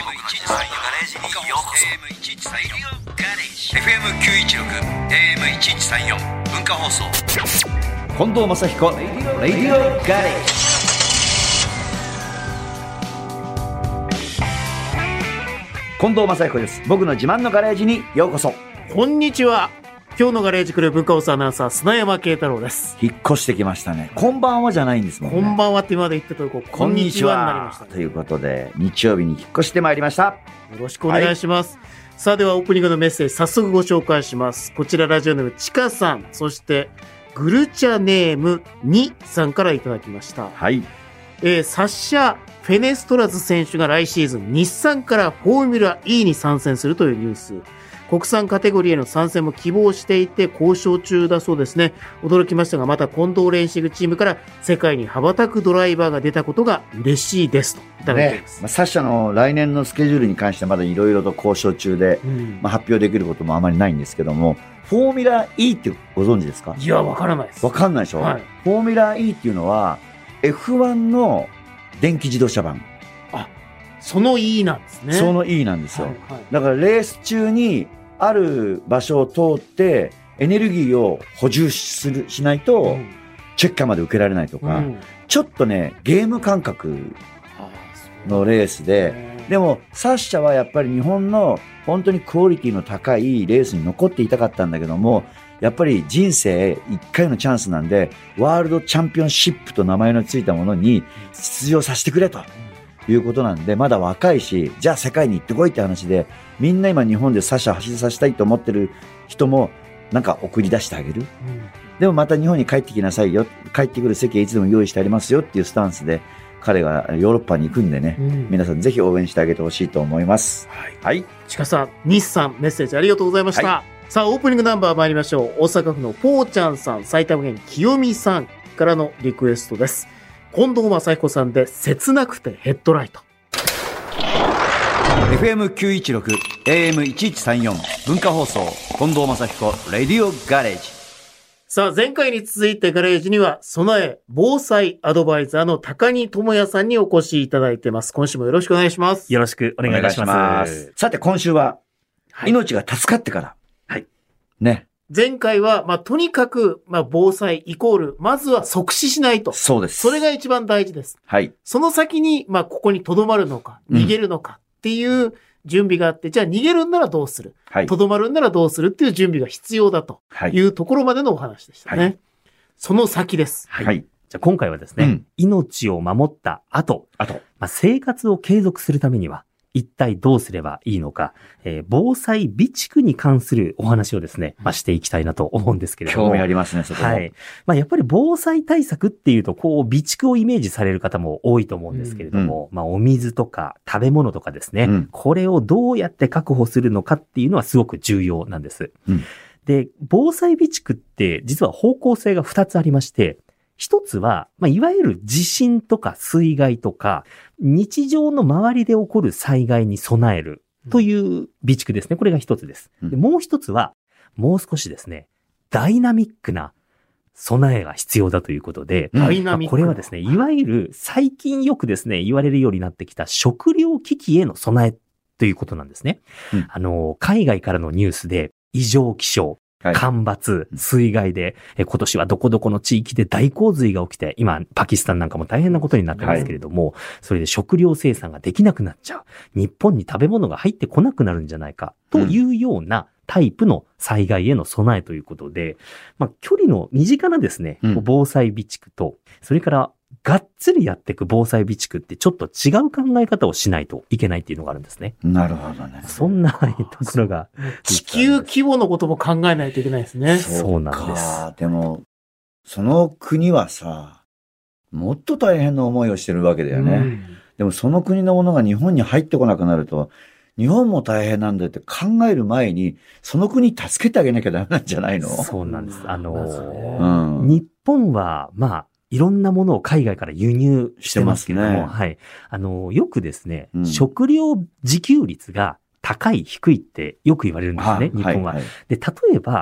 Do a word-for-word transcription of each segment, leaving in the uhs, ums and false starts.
エムいちいちさんよん ガレージにようこそ。 エーエムいちいちさんよん ガレージ エフエムきゅういちろく エーエムいちいちさんよん 文化放送。 近藤正彦レディオガレージ。近藤正彦です。僕の自慢のガレージにようこそ。 こんにちは。今日のガレージクルー文化放送アナウンサー砂山慶太郎です。 引っ越してきましたね。こんばんはじゃないんですもんね。 こんばんはって今まで言ったとここんにちはになりました、ね、 ということで日曜日に引っ越してまいりました。 よろしくお願いします、はい、さあではオープニングのメッセージ早速ご紹介します。こちらラジオネームちかさん、そしてグルチャネームにさんからいただきました。 はい、 えー、サッシャ・フェネストラズ選手が来シーズン日産からフォーミュラ E に参戦するというニュース。国産カテゴリーへの参戦も希望していて交渉中だそうですね。驚きましたが、また近藤レーシングチームから世界に羽ばたくドライバーが出たことが嬉しいですといただいています、 ね。まあ、サッシャの来年のスケジュールに関してはまだいろいろと交渉中で、うん、まあ、発表できることもあまりないんですけども、フォーミュラ E ってご存知ですか？ いや、わからないです。 わかんないでしょ、はい、フォーミュラ E っていうのは エフワン の電気自動車版。 あ、その E なんですね。 その E なんですよ、はいはい、だからレース中にある場所を通ってエネルギーを補充するしないと、うん、チェッカーまで受けられないとか、うん、ちょっとねゲーム感覚のレースで、でもサッシャはやっぱり日本の本当にクオリティの高いレースに残っていたかったんだけども、やっぱり人生一回のチャンスなんでワールドチャンピオンシップと名前のついたものに出場させてくれということなんで、まだ若いし、じゃあ世界に行ってこいって話で、みんな今日本でサッシャ走りさせたいと思ってる人もなんか送り出してあげる、うん、でもまた日本に帰ってきなさいよ、帰ってくる席はいつでも用意してありますよっていうスタンスで彼がヨーロッパに行くんでね、うん、皆さんぜひ応援してあげてほしいと思います。 はい、はい、ちかさん、日産メッセージありがとうございました、はい、さあオープニングナンバー参りましょう。大阪府のぽーちゃんさん、埼玉県清美さんからのリクエストです。近藤正彦さんで切なくてヘッドライト。 エフエムきゅういちろく エーエムいちいちさんよん 文化放送近藤正彦レディオガレージ。 さあ前回に続いてガレージには備え防災アドバイザーの高荷智也さんにお越しいただいてます。今週もよろしくお願いします。 よろしくお願いいたします。 さて今週は、はい、命が助かってから、 はいね、 前回は、まあ、とにかく、まあ、防災イコール、まずは即死しないと。 そうです。 それが一番大事です。 はい。 その先に、まあ、ここに留まるのか、逃げるのかっていう準備があって、うん、じゃあ逃げるんならどうする、はい、留まるんならどうするっていう準備が必要だというところまでのお話でしたね。はい、その先です。 はい。はい、じゃあ今回はですね、うん、命を守った後、 後、 まあ、生活を継続するためには、一体どうすればいいのか、えー、防災備蓄に関するお話をですね、まあ、していきたいなと思うんですけれども。 興味ありますね、そこも。 はい。まあ、やっぱり防災対策っていうと、こう、備蓄をイメージされる方も多いと思うんですけれども、うん、まあ、お水とか食べ物とかですね、うん、これをどうやって確保するのかっていうのはすごく重要なんです。うん、で、防災備蓄って実は方向性がふたつありまして、一つは、まあ、いわゆる地震とか水害とか、日常の周りで起こる災害に備えるという備蓄ですね。これが一つです。で、もう一つは、もう少しですね、ダイナミックな備えが必要だということで、 ダイナミック、 これはですね、いわゆる最近よくですね、言われるようになってきた食料危機への備えということなんですね。うん、あの、海外からのニュースで異常気象、干ばつ、水害で、え今年はどこどこの地域で大洪水が起きて、今、パキスタンなんかも大変なことになってますけれども、はい、それで食料生産ができなくなっちゃう。日本に食べ物が入ってこなくなるんじゃないか、というようなタイプの災害への備えということで、まあ、距離の身近なですね、防災備蓄と、それから、がっつりやっていく防災備蓄ってちょっと違う考え方をしないといけないっていうのがあるんですね。 なるほどね。 そんなところが。 地球規模のことも考えないといけないですね。 そうなんです。 でも、その国はさ、もっと大変な思いをしてるわけだよね。うん、でもその国のものが日本に入ってこなくなると、日本も大変なんだって考える前に、その国助けてあげなきゃダメなんじゃないの？ そうなんです。あの、うん、日本は、まあ、いろんなものを海外から輸入してますけども、ね、はい。あの、よくですね、うん、食料自給率が高い、低いってよく言われるんですね、日本は。はいはい、で、例えば、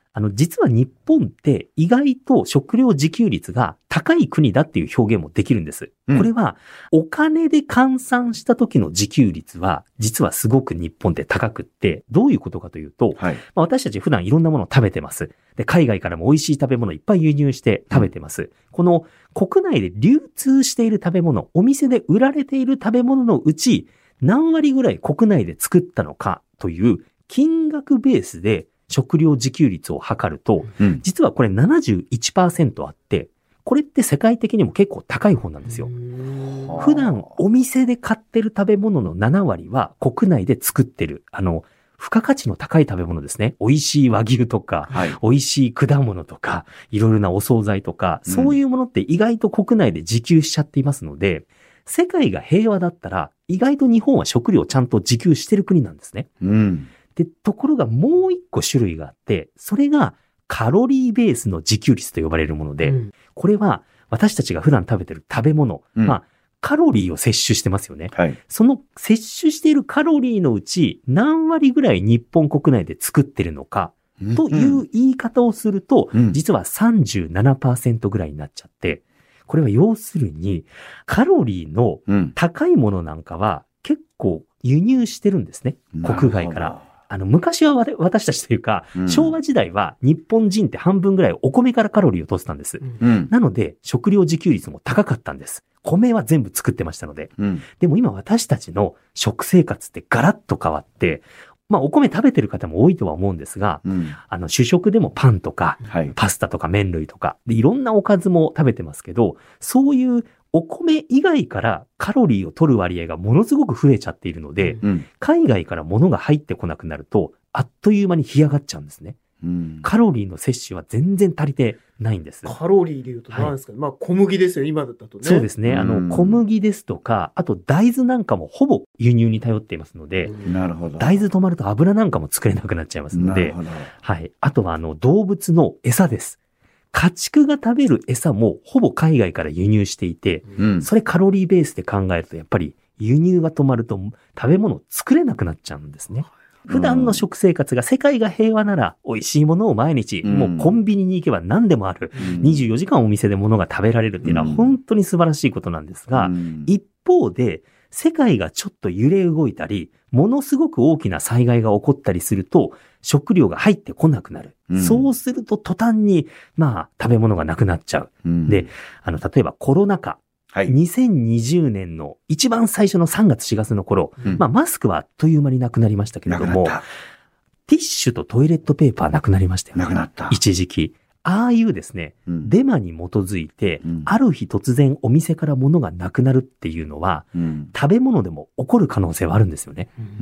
あの、実は日本って意外と食料自給率が高い国だっていう表現もできるんです。 うん、 これはお金で換算した時の自給率は実はすごく日本って高くって、どういうことかというと、 はい、 まあ、私たち普段いろんなものを食べてます。で、海外からも美味しい食べ物をいっぱい輸入して食べてます。うん、この国内で流通している食べ物、お店で売られている食べ物のうち何割ぐらい国内で作ったのかという金額ベースで食料自給率を測ると、うん、実はこれ ななじゅういちパーセント あって、これって世界的にも結構高い方なんですよ。普段お店で買ってる食べ物のなな割は国内で作ってる、あの、付加価値の高い食べ物ですね。美味しい和牛とか、はい、美味しい果物とか、いろいろなお惣菜とか、うん、そういうものって意外と国内で自給しちゃっていますので、世界が平和だったら、意外と日本は食料をちゃんと自給してる国なんですね。 うんで、ところがもう一個種類があって、それがカロリーベースの自給率と呼ばれるもので、うん、これは私たちが普段食べてる食べ物、うん、まあ、カロリーを摂取してますよね。 はい、 その摂取しているカロリーのうち何割ぐらい日本国内で作ってるのか、うん、という言い方をすると、うん、実は さんじゅうななパーセント ぐらいになっちゃって、これは要するにカロリーの高いものなんかは結構輸入してるんですね。国外から。あの、昔は私たちというか、うん、昭和時代は日本人って半分ぐらいお米からカロリーを取ってたんです。 うん、 なので、食料自給率も高かったんです。米は全部作ってましたので。 うん、 でも今私たちの食生活ってガラッと変わって、まあお米食べてる方も多いとは思うんですが、 うん、 あの主食でもパンとか、 はい、 パスタとか麺類とかで、いろんなおかずも食べてますけど、そういうお米以外からカロリーを取る割合がものすごく増えちゃっているので、 うん、 海外から物が入ってこなくなると、あっという間に干上がっちゃうんですね。 うん、 カロリーの摂取は全然足りてないんです。 カロリーで言うと何ですか、はい、まあ小麦ですよ、今だとね。 そうですね。あの、小麦ですとか、あと大豆なんかもほぼ輸入に頼っていますので、 なるほど。 大豆止まると油なんかも作れなくなっちゃいますので、 なるほど。 はい。あとはあの、動物の餌です。家畜が食べる餌もほぼ海外から輸入していて、 うん、 それカロリーベースで考えるとやっぱり輸入が止まると食べ物を作れなくなっちゃうんですね。普段の食生活が世界が平和なら美味しいものを毎日、うん、もうコンビニに行けば何でもある、うん、にじゅうよじかんお店で物が食べられるっていうのは本当に素晴らしいことなんですが、 うん、 一方で世界がちょっと揺れ動いたり、ものすごく大きな災害が起こったりすると食料が入ってこなくなる。うん、そうすると途端にまあ食べ物がなくなっちゃう。 うん、 で、あの例えばコロナ禍。 はい、 にせんにじゅうねんの一番最初のさんがつしがつの頃、 うん、 まあマスクはあっという間になくなりましたけれども、ティッシュとトイレットペーパーなくなりましたよね。 なくなった。 一時期。ああいうですね、 うん、 デマに基づいて、 うん、 ある日突然お店から物がなくなるっていうのは、 うん、 食べ物でも起こる可能性はあるんですよね。 うん、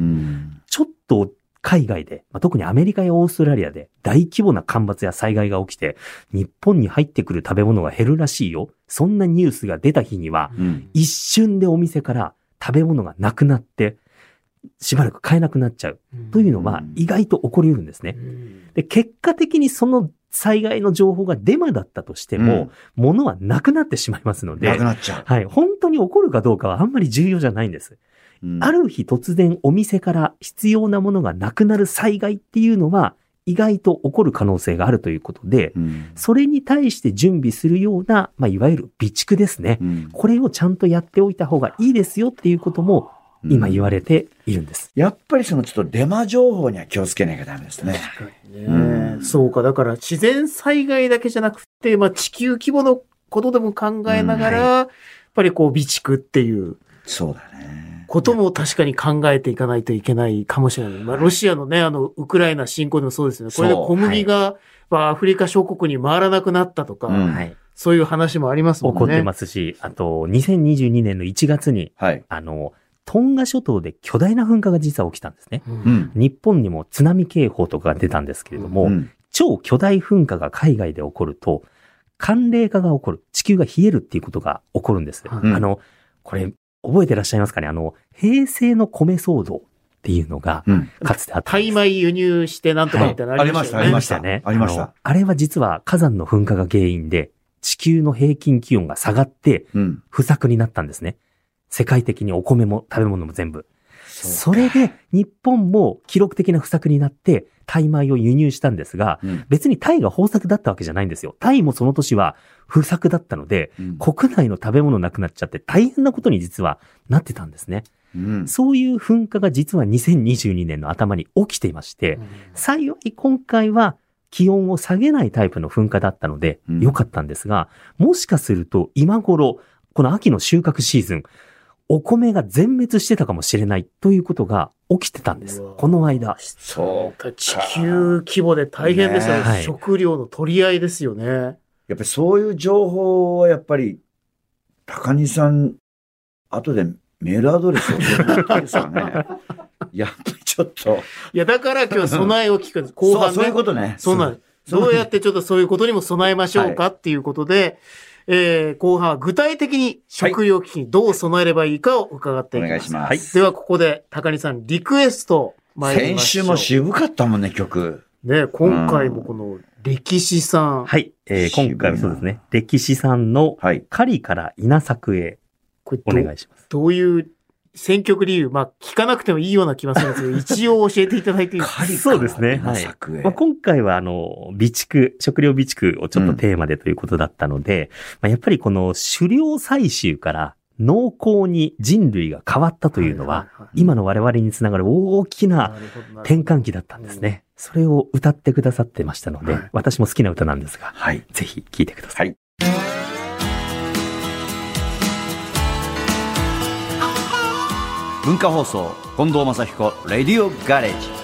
ちょっと海外で、まあ、特にアメリカやオーストラリアで大規模な干ばつや災害が起きて、日本に入ってくる食べ物が減るらしいよ。そんなニュースが出た日には、 うん、 一瞬でお店から食べ物がなくなって、しばらく買えなくなっちゃう。というのは意外と起こり得るんですね。で、結果的にその災害の情報がデマだったとしても、うん、物はなくなってしまいますので、 なくなっちゃう。 はい。本当に起こるかどうかはあんまり重要じゃないんです。うん、ある日突然お店から必要なものがなくなる災害っていうのは意外と起こる可能性があるということで、 うん、 それに対して準備するような、まあ、いわゆる備蓄ですね、 うん。 これをちゃんとやっておいた方がいいですよっていうことも今言われているんです。 やっぱりそのちょっとデマ情報には気をつけなきゃダメですね。 確かにね、うん。そうか。だから自然災害だけじゃなくて、まあ地球規模のことでも考えながら、うんはい、やっぱりこう備蓄っていう。 そうだね。 ことも確かに考えていかないといけないかもしれない。まあロシアのね、あの、ウクライナ侵攻でもそうですよね。これで小麦が、はいまあ、アフリカ諸国に回らなくなったとか、 うんはい、 そういう話もありますもんね。 起こってますし、あと、にせんにじゅうにねんのいちがつに、 はい、 あの、トンガ諸島で巨大な噴火が実は起きたんですね。 うん、 日本にも津波警報とかが出たんですけれども、 うん、 超巨大噴火が海外で起こると、寒冷化が起こる。地球が冷えるっていうことが起こるんです。 うん、 あの、これ、覚えてらっしゃいますかねあの、平成の米騒動っていうのが、かつてあったんです。 タイ米輸入してなんとかみたいなのありましたよね。 ありました、ありましたね。 ありました。あれは実は火山の噴火が原因で、地球の平均気温が下がって、不作になったんですね。世界的にお米も食べ物も全部。 それで日本も記録的な不作になってタイ米を輸入したんですが、うん、別にタイが豊作だったわけじゃないんですよ。タイもその年は不作だったので、うん、国内の食べ物なくなっちゃって大変なことに実はなってたんですね。うん、そういう噴火が実はにせんにじゅうにねんの頭に起きていまして、うん、幸い今回は気温を下げないタイプの噴火だったので良かったんですが、うん、もしかすると今頃、この秋の収穫シーズン、お米が全滅してたかもしれないということが起きてたんです。この間。 そうか。地球規模で大変ですよね。はい、食料の取り合いですよね。やっぱりそういう情報はやっぱり、高荷さん、後でメールアドレスを教えてもらっていいですかね。やっぱりちょっと。 いや、だから今日備えを聞くんです。後半ね。 そう、そういうことね。 そうなんです。どうやってちょっとそういうことにも備えましょうかっていうことで、はい、えー、後半は具体的に食料危機にどう備えればいいかを伺っていきます。お願いします。はい。ではここで高荷さんリクエスト参りましょう。 先週も渋かったもんね、曲。 ね、今回もこの歴史さん。 はい、えー、今回もそうですね。歴史さんの狩りから稲作へお願いします。 どういう選曲理由、まあ聞かなくてもいいような気がするんですけど、一応教えていただいていいですか？ そうですね。はい。まあ、今回はあの、備蓄、食料備蓄をちょっとテーマでということだったので、うん、まあ、やっぱりこの狩猟採集から農耕に人類が変わったというのは、今の我々につながる大きな転換期だったんですね。それを歌ってくださってましたので、はい、私も好きな歌なんですが、はい、ぜひ聴いてください。はい。 文化放送近藤正彦レディオガレージ。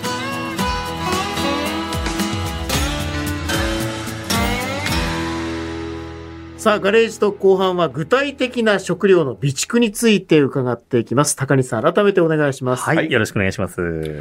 さあガレージと後半は具体的な食料の備蓄について伺っていきます。高荷さん改めてお願いします。 はい、はい、よろしくお願いします。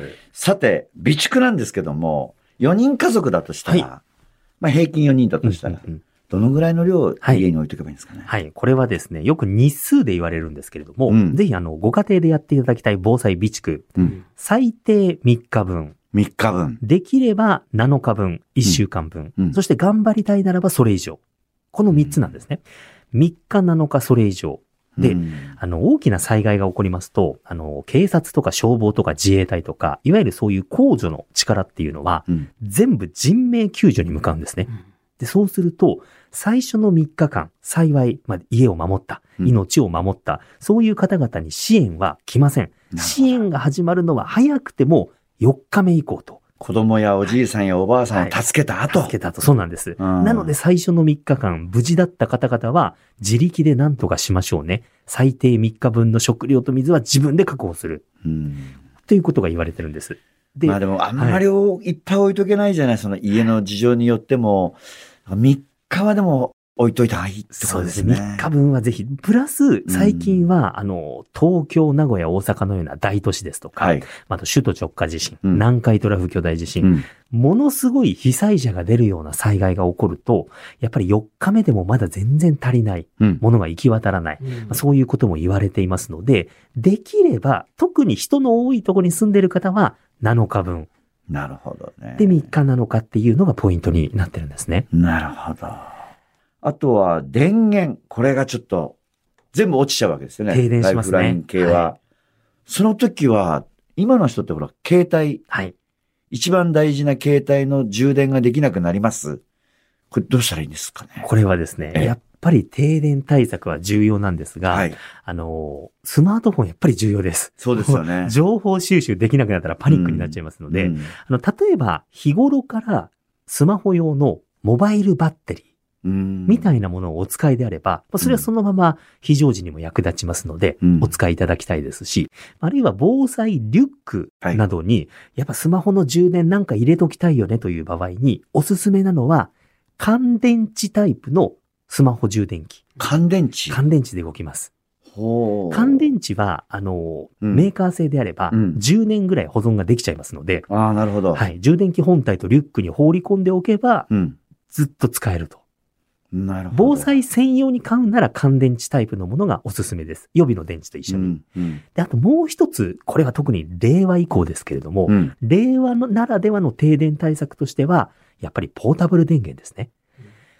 さて備蓄なんですけども、よにん家族だとしたら、はい、まあ平均よにんだとしたら、うんうんうん、どのぐらいの量を家に置いておけばいいんですかね。 はい。はい、これはですね、よく日数で言われるんですけれども、うん、ぜひあの、ご家庭でやっていただきたい防災備蓄、うん、最低みっかぶん。 みっかぶん。 できればなのかぶん、いっしゅうかんぶん。うん、そして頑張りたいならばそれ以上。このみっつなんですね。みっかなのかそれ以上。で、うん、あの、大きな災害が起こりますと、あの、警察とか消防とか自衛隊とか、いわゆるそういう公助の力っていうのは、うん、全部人命救助に向かうんですね。うん、で、そうすると、最初のみっかかん、幸い、まあ、家を守った、命を守った、うん、そういう方々に支援は来ません。支援が始まるのは早くてもよっかめ以降と。 子供やおじいさんやおばあさんを助けた後。 はい、助けた後、そうなんです。うん、なので最初のみっかかん、無事だった方々は自力で何とかしましょうね。最低みっかぶんの食料と水は自分で確保する。うん、ということが言われてるんです。 で、まあでもあんまり、はい、いっぱい置いとけないじゃない、その家の事情によっても。みっかはでも置いといた方がいいってことですね。そうですね。 みっかぶんはぜひ。プラス、最近は、うん、あの、東京、名古屋、大阪のような大都市ですとか、はい、あと首都直下地震、うん、南海トラフ巨大地震、うん、ものすごい被災者が出るような災害が起こると、やっぱりよっかめでもまだ全然足りない、うん、ものが行き渡らない、うんまあ、そういうことも言われていますので、できれば、特に人の多いところに住んでいる方はなのかぶん。 なるほどね。 で、みっかなのかっていうのがポイントになってるんですね。 なるほど。あとは、電源。これがちょっと、全部落ちちゃうわけですよね。 停電しますね。 ライフライン系は。はい、その時は、今の人ってほら、携帯。 はい。 一番大事な携帯の充電ができなくなります。これどうしたらいいんですかね。 これはですね、やっぱり停電対策は重要なんですが、はい、あの、スマートフォンやっぱり重要です。 そうですよね。 情報収集できなくなったらパニックになっちゃいますので、うんうん、あの、例えば日頃からスマホ用のモバイルバッテリー、みたいなものをお使いであれば、それはそのまま非常時にも役立ちますので、うん、お使いいただきたいですし、あるいは防災リュックなどに、やっぱスマホの充電なんか入れときたいよねという場合に、おすすめなのは、乾電池タイプのスマホ充電器。 乾電池乾電池で動きます。ほう。乾電池は、あの、うん、メーカー製であれば、じゅうねんぐらい保存ができちゃいますので、 ああ、なるほど。 はい。充電器本体とリュックに放り込んでおけば、うん、ずっと使えると。 なるほど。 防災専用に買うなら乾電池タイプのものがおすすめです。予備の電池と一緒に。うんうん、で、あともう一つ、これは特に令和以降ですけれども、うん、令和のならではの停電対策としては、やっぱりポータブル電源ですね。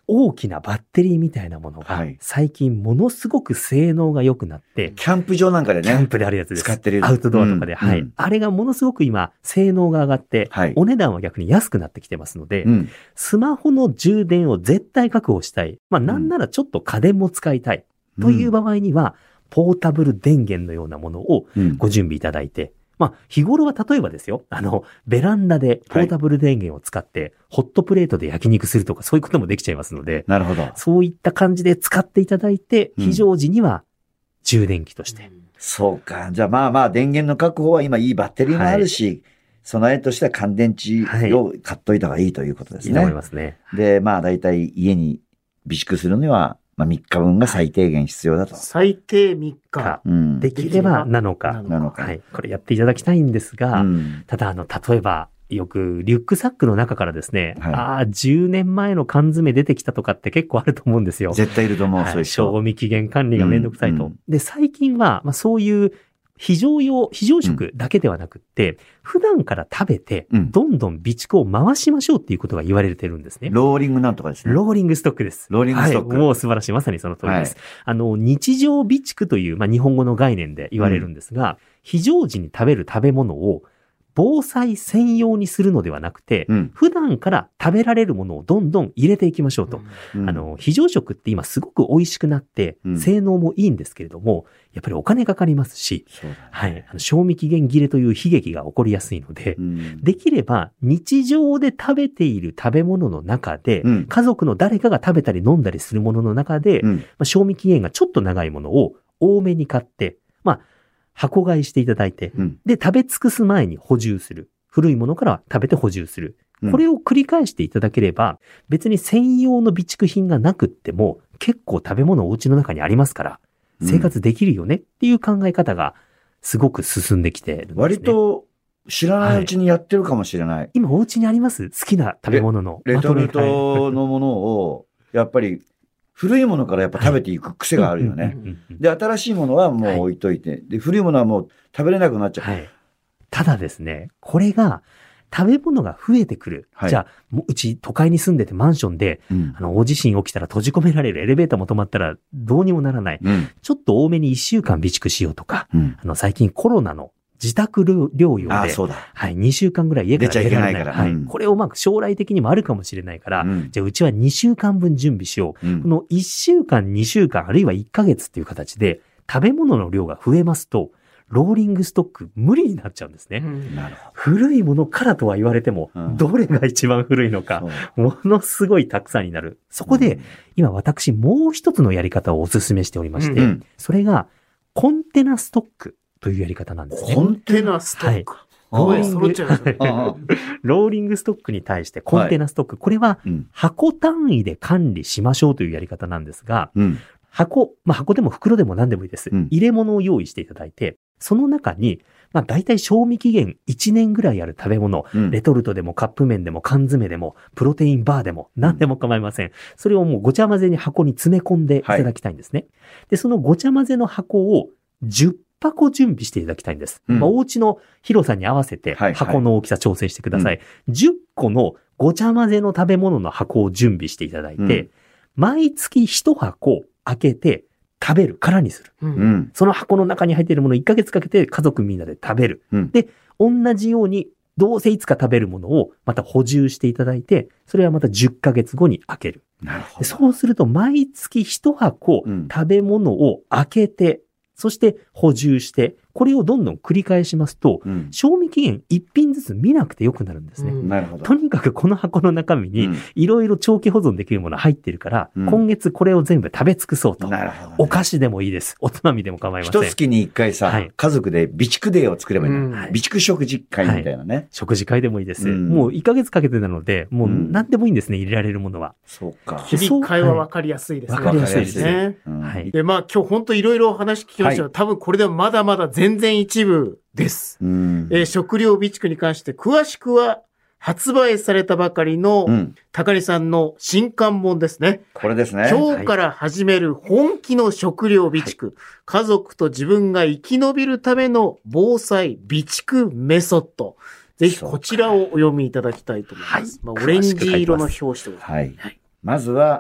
大きなバッテリーみたいなものが、最近ものすごく性能が良くなって、 キャンプ場なんかでね。 キャンプであるやつです。 使ってる。 アウトドアとかで、うん、はい、うん。あれがものすごく今、性能が上がって、はい、お値段は逆に安くなってきてますので、うん、スマホの充電を絶対確保したい。まあ、なんならちょっと家電も使いたい。という場合には、ポータブル電源のようなものをご準備いただいて、うん、まあ、日頃は例えばですよ、あの、ベランダでポータブル電源を使って、はい、ホットプレートで焼肉するとか、そういうこともできちゃいますので、 なるほど。 そういった感じで使っていただいて、非常時には充電器として。うん、 そうか。じゃあまあまあ、電源の確保は今いいバッテリーもあるし、はい、備えとしては乾電池を買っといた方がいいということですね。 いいと思いますね。 で、まあ大体家に備蓄するには、まあみっかぶんが最低限必要だと。 最低みっか。 うん、できればなのか。 なのか。 はい。これやっていただきたいんですが、うん、ただあの、例えば、よくリュックサックの中からですね、はい、ああ、じゅうねんまえの缶詰出てきたとかって結構あると思うんですよ。 絶対いると思う。はい、そういう人。 賞味期限管理がめんどくさいと。うんうん、で、最近は、まあそういう非常用、非常食だけではなくって、うん、普段から食べて、どんどん備蓄を回しましょうっていうことが言われてるんですね。 ローリングなんとかですね。 ローリングストックです。 ローリングストック。 はい、もう素晴らしい。まさにその通りです。はい、あの、日常備蓄という、まあ日本語の概念で言われるんですが、うん、非常時に食べる食べ物を、防災専用にするのではなくて、うん、普段から食べられるものをどんどん入れていきましょうと。うん、あの、非常食って今すごく美味しくなって、うん、性能もいいんですけれども、やっぱりお金かかりますし、ね、はい。あの賞味期限切れという悲劇が起こりやすいので、うん、できれば日常で食べている食べ物の中で、うん、家族の誰かが食べたり飲んだりするものの中で、うんまあ、賞味期限がちょっと長いものを多めに買って、まあ、箱買いしていただいて、うん、で、食べ尽くす前に補充する。古いものから食べて補充する。これを繰り返していただければ、別に専用の備蓄品がなくっても、結構食べ物お家の中にありますから、生活できるよねっていう考え方がすごく進んできてるんですね。 割と知らないうちにやってるかもしれない。はい、 今お家にあります？好きな食べ物のレ。レトルトのものを、やっぱり、古いものからやっぱ食べていく癖があるよね。で、新しいものはもう置いといて、はい、で、古いものはもう食べれなくなっちゃう。はい、 ただですね、これが食べ物が増えてくる。はい、じゃあ、もううち都会に住んでてマンションで、うん、あの、大地震起きたら閉じ込められるエレベーターも止まったらどうにもならない。うん、ちょっと多めにいっしゅうかん備蓄しようとか、うん、あの、最近コロナの自宅療養で、 ああそうだはい、にしゅうかんぐらい家から出られない。出ちゃいけないから。はい、 うん、 これをまあ将来的にもあるかもしれないから、うん、じゃあうちはにしゅうかんぶん準備しよう。うん、このいっしゅうかん、にしゅうかん、あるいはいっかげつっていう形で、食べ物の量が増えますと、ローリングストック無理になっちゃうんですね。うん、なるほど。古いものからとは言われても、うん、どれが一番古いのか、ものすごいたくさんになる。そこで、うん、今私もう一つのやり方をお勧めしておりまして、うん、それがコンテナストックというやり方なんですね。 コンテナストック、はい、ローリング、 ローリングストックに対してコンテナストック、はい、これは箱単位で管理しましょうというやり方なんですが、うん、箱、まあ、箱でも袋でも何でもいいです。うん、入れ物を用意していただいて、その中に、まあ、大体賞味期限いちねんぐらいある食べ物、うん、レトルトでもカップ麺でも缶詰でも、プロテインバーでも何でも構いません。それをもうごちゃ混ぜに箱に詰め込んでいただきたいんですね。はい、で、そのごちゃ混ぜの箱をじゅっぱこ準備していただきたいんです。うん、まあ、お家の広さに合わせて箱の大きさ調整してください。はいはい、じゅっこのごちゃ混ぜの食べ物の箱を準備していただいて、うん、毎月いち箱開けて食べる、空にする。うん、その箱の中に入っているものをいっかげつかけて家族みんなで食べる。うん、で、同じようにどうせいつか食べるものをまた補充していただいて、それはまたじゅっかげつごに開ける。 なるほど。 そうすると毎月いち箱食べ物を開けて、うん、そして補充して、これをどんどん繰り返しますと、うん、賞味期限いっぴんずつ見なくてよくなるんですね。うん、 なるほど。 とにかくこの箱の中身にいろいろ長期保存できるもの入ってるから、うん、今月これを全部食べ尽くそうと。なるほど、ね。お菓子でもいいです。おつまみでも構いません。 一月に一回さ、はい、家族で備蓄デーを作ればいいの、うん、備蓄食事会みたいなね、はい。 食事会でもいいです。うん、もういっかげつかけてなので、もう何でもいいんですね、入れられるものは。 そうか。 日々会は分かりやすいですね。 分かりやすいですね。 はい。で、まあ今日本当いろいろお話聞きましたが、はい、多分これではまだまだ全然一部です。うん、えー、食料備蓄に関して詳しくは発売されたばかりの高荷さんの新刊本ですね。 これですね。 今日から始める本気の食料備蓄、はい、家族と自分が生き延びるための防災備蓄メソッド。ぜひこちらをお読みいただきたいと思います。まあ、オレンジ色の表紙でございます。 はい。はい、まずは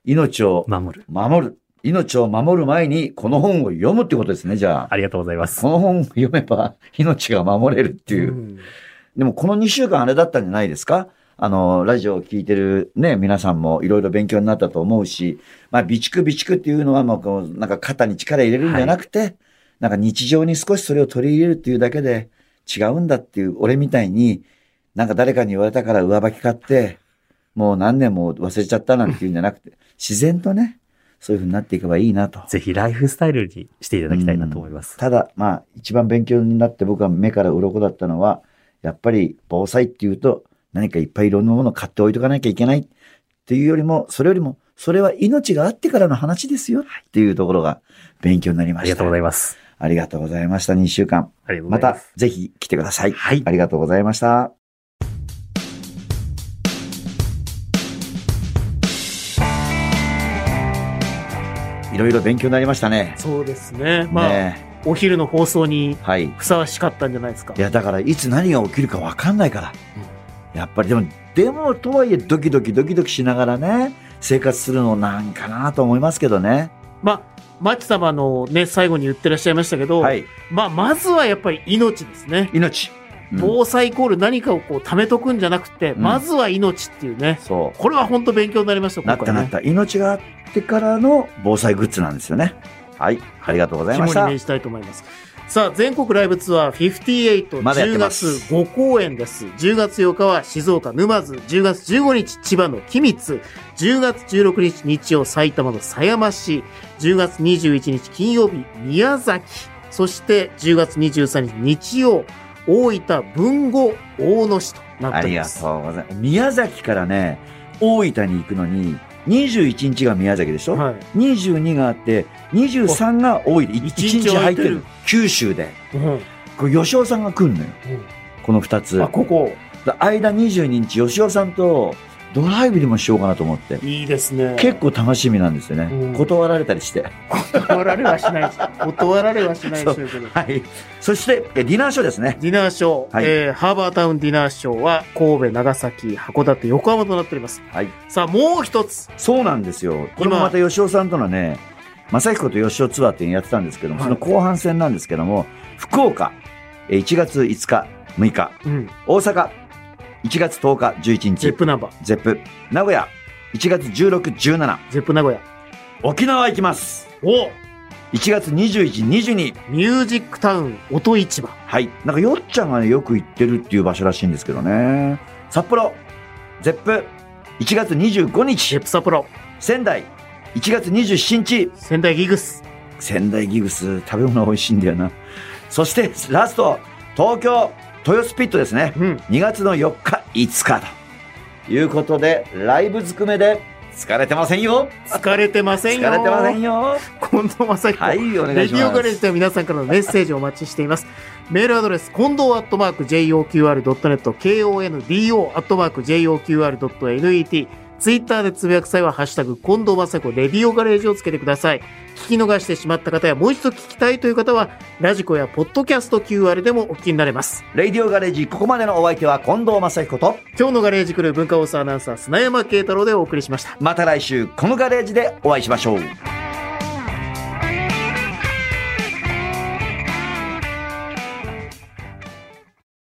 命を守る。 守る。命を守る前にこの本を読むってことですね、じゃあ。 ありがとうございます。 この本を読めば命が守れるっていう。うん、でもこのにしゅうかんあれだったんじゃないですか？あの、ラジオを聞いてるね、皆さんもいろいろ勉強になったと思うし、まあ、備蓄備蓄っていうのはもうこう、なんか肩に力入れるんじゃなくて、はい、なんか日常に少しそれを取り入れるっていうだけで違うんだっていう、俺みたいに、なんか誰かに言われたから上履き買って、もう何年も忘れちゃったなんていうんじゃなくて、自然とね、そういう風になっていけばいいなと。 ぜひライフスタイルにしていただきたいなと思います。 ただ、まあ、一番勉強になって僕は目から鱗だったのは、やっぱり防災っていうと、何かいっぱいいろんなものを買っておいとかなきゃいけないっていうよりも、それよりも、それは命があってからの話ですよっていうところが勉強になりました。 ありがとうございます。 ありがとうございました。にしゅうかん。 ありがとうございます。 またぜひ来てください。 はい。 ありがとうございました。いろいろ勉強になりましたね。 そうですね。まあ、ね、お昼の放送にふさわしかったんじゃないですか。 はい、いや、だからいつ何が起きるか分かんないから。うん、やっぱりでも、でもとはいえドキドキドキドキしながらね、生活するのなんかなと思いますけどね。 まあ、マキ様のね、最後に言ってらっしゃいましたけど、はい、まあ、まずはやっぱり命ですね。 命。 うん、防災イコール何かをこう貯めとくんじゃなくて、うん、まずは命っていうね。そう。これは本当勉強になりました、 なったなった。命があってからの防災グッズなんですよね。はい。ありがとうございました。 肝に銘じたいと思います。さあ、全国ライブツアーごじゅうはち、 ま、 じゅうがつごこうえんです。じゅうがつようかは静岡沼津、じゅうがつじゅうごにち千葉の君津、じゅうがつじゅうろくにち日曜埼玉の狭山市、じゅうがつにじゅういちにち金曜日宮崎、そしてじゅうがつにじゅうさんにち日曜大分豊後大野市となっております。 ありがとうございます。宮崎からね、大分に行くのに、にじゅういちにちが宮崎でしょ、はい、にじゅうにがあって、にじゅうさんが大分。いちにち入ってる。九州で。うん、これ、吉尾さんが来るのよ。うん、このふたつ。 あ、ここ。 間にじゅうににち、吉尾さんとドライブでもしようかなと思って。 いいですね。 結構楽しみなんですよね。うん、断られたりして。 断られはしないです。断られはしないですけど。 はい。そして、ディナーショーですね。 ディナーショー。はい、えー、ハーバータウンディナーショーは、神戸、長崎、函館、横浜となっております。はい。さあ、もう一つ。 そうなんですよ。これもまた吉尾さんとのね、正彦と吉尾ツアーっていうのやってたんですけども、はい、その後半戦なんですけども、福岡、いちがついつか、むいか、うん、大阪、いちがつとおか、じゅういちにち。 ゼップナンバー。 ゼップ。名古屋、いちがつじゅうろく、じゅうしち。 ゼップ名古屋。 沖縄行きます。 おいちがつにじゅういち、にじゅうに。 ミュージックタウン、音市場。 はい。なんかよっちゃんがね、よく行ってるっていう場所らしいんですけどね。札幌、ゼップ、いちがつにじゅうごにち。 ゼップ札幌。 仙台、いちがつにじゅうしちにち。 仙台ギグス。 仙台ギグス、食べ物美味しいんだよな。そして、ラスト、東京、豊洲ピットですね。うん、にがつのよっか、いつかということで、ライブずくめで、疲れてませんよ。 疲れてませんよ。 疲れてませんよ。 近藤正彦。 はい、お願いします。 レディオガレージでは皆さんからのメッセージをお待ちしています。メールアドレス、近藤アットマーク ジェイオーキューアールドットネット、ケーオーエヌディーオー アットマーク ジェイオーキューアールドットネット、ツイッターでつぶやく際は、ハッシュタグ、近藤正彦、レディオガレージをつけてください。聞き逃してしまった方や、もう一度聞きたいという方は、ラジコやポッドキャスト キューアール でもお聞きになれます。 レディオガレージ、ここまでのお相手は近藤正彦と、 今日のガレージクルー文化放送アナウンサー、砂山慶太郎でお送りしました。 また来週、このガレージでお会いしましょう。